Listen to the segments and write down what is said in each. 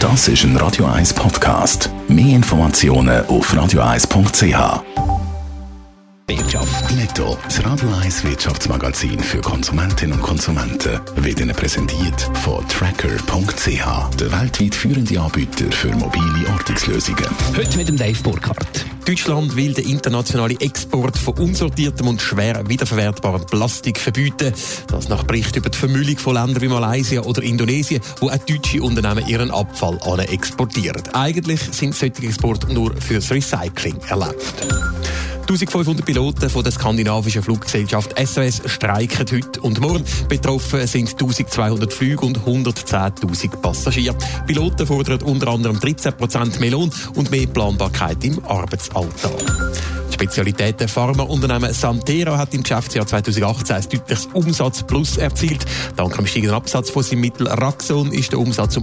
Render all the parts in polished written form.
Das ist ein Radio 1 Podcast. Mehr Informationen auf radio1.ch. Wirtschaft. Netto, das Radio 1 Wirtschaftsmagazin für Konsumentinnen und Konsumenten, wird Ihnen präsentiert von Tracker.ch, der weltweit führende Anbieter für mobile Ortungslösungen. Heute mit dem Dave Burkhardt. Deutschland will den internationalen Export von unsortiertem und schwer wiederverwertbarem Plastik verbieten. Das nach Bericht über die Vermüllung von Ländern wie Malaysia oder Indonesien, wo auch deutsche Unternehmen ihren Abfall exportieren. Eigentlich sind solche Exporte nur fürs Recycling erlaubt. 1500 Piloten von der skandinavischen Fluggesellschaft SOS streiken heute und morgen. Betroffen sind 1200 Flüge und 110.000 Passagiere. Die Piloten fordern unter anderem 13% mehr Lohn und mehr Planbarkeit im Arbeitsalltag. Spezialität der Pharmaunternehmen Santhera hat im Geschäftsjahr 2018 ein deutliches Umsatzplus erzielt. Dank dem steigenden Absatz von seinem Mittel Raxone ist der Umsatz um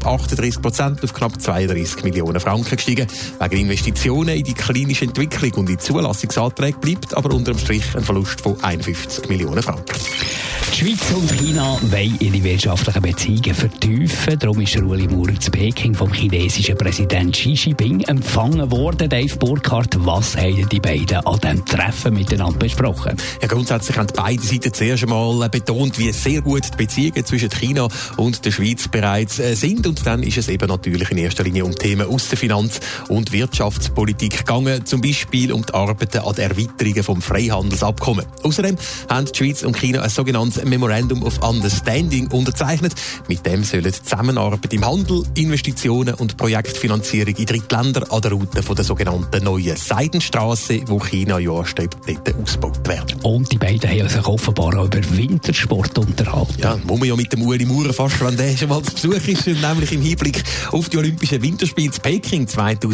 38% auf knapp 32 Millionen Franken gestiegen. Wegen Investitionen in die klinische Entwicklung und in Zulassungsanträge bleibt aber unter dem Strich ein Verlust von 51 Millionen Franken. Die Schweiz und China wollen ihre wirtschaftlichen Beziehungen vertiefen. Darum ist Ueli Maurer zu Peking vom chinesischen Präsident Xi Jinping empfangen worden. Dave Burkhardt, was haben die beiden an diesem Treffen miteinander besprochen? Ja, grundsätzlich haben beide Seiten zuerst einmal betont, wie sehr gut die Beziehungen zwischen China und der Schweiz bereits sind. Und dann ist es eben natürlich in erster Linie um Themen aus der Finanz- und Wirtschaftspolitik gegangen. Zum Beispiel um die Arbeiten an der Erweiterung vom Freihandelsabkommen. Außerdem haben die Schweiz und China ein sogenanntes Memorandum of Understanding unterzeichnet. Mit dem sollen die Zusammenarbeit im Handel, Investitionen und Projektfinanzierung in Drittländer an der Route von der sogenannten neuen Seidenstraße, wo China ja anstrebt, dort ausgebaut werden. Und die beiden haben sich offenbar auch über Wintersport unterhalten. Ja, wo man ja mit dem Ueli Maurer fast, wenn der schon mal zu Besuch ist, nämlich im Hinblick auf die Olympischen Winterspiele in Peking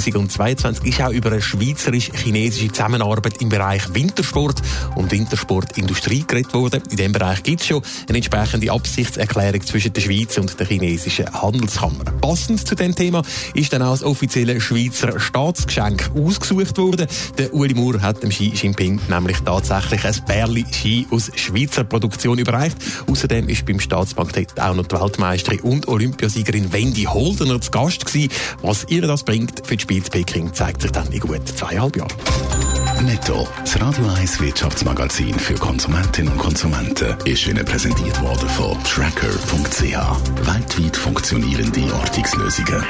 2022, ist auch über eine schweizerisch-chinesische Zusammenarbeit im Bereich Wintersport und Wintersportindustrie geredet worden. In diesem Bereich gibt es schon eine entsprechende Absichtserklärung zwischen der Schweiz und der chinesischen Handelskammer. Passend zu diesem Thema ist dann auch das offizielle Schweizer Staatsgeschenk ausgesucht worden. Der Ueli Maurer hat dem Xi Jinping nämlich tatsächlich ein Bärli Ski aus Schweizer Produktion überreicht. Außerdem ist beim Staatsbankett auch noch die Weltmeisterin und Olympiasiegerin Wendy Holdener zu Gast gewesen. Was ihr das bringt für die Spiele in Peking, zeigt sich dann in gut 2,5 Jahren. Netto, das Radio 1 Wirtschaftsmagazin für Konsumentinnen und Konsumenten, ist Ihnen präsentiert worden von Tracker.ch. Weltweit funktionierende Ortungslösungen.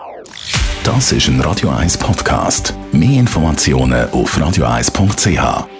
Das ist ein Radio 1 Podcast. Mehr Informationen auf radio1.ch.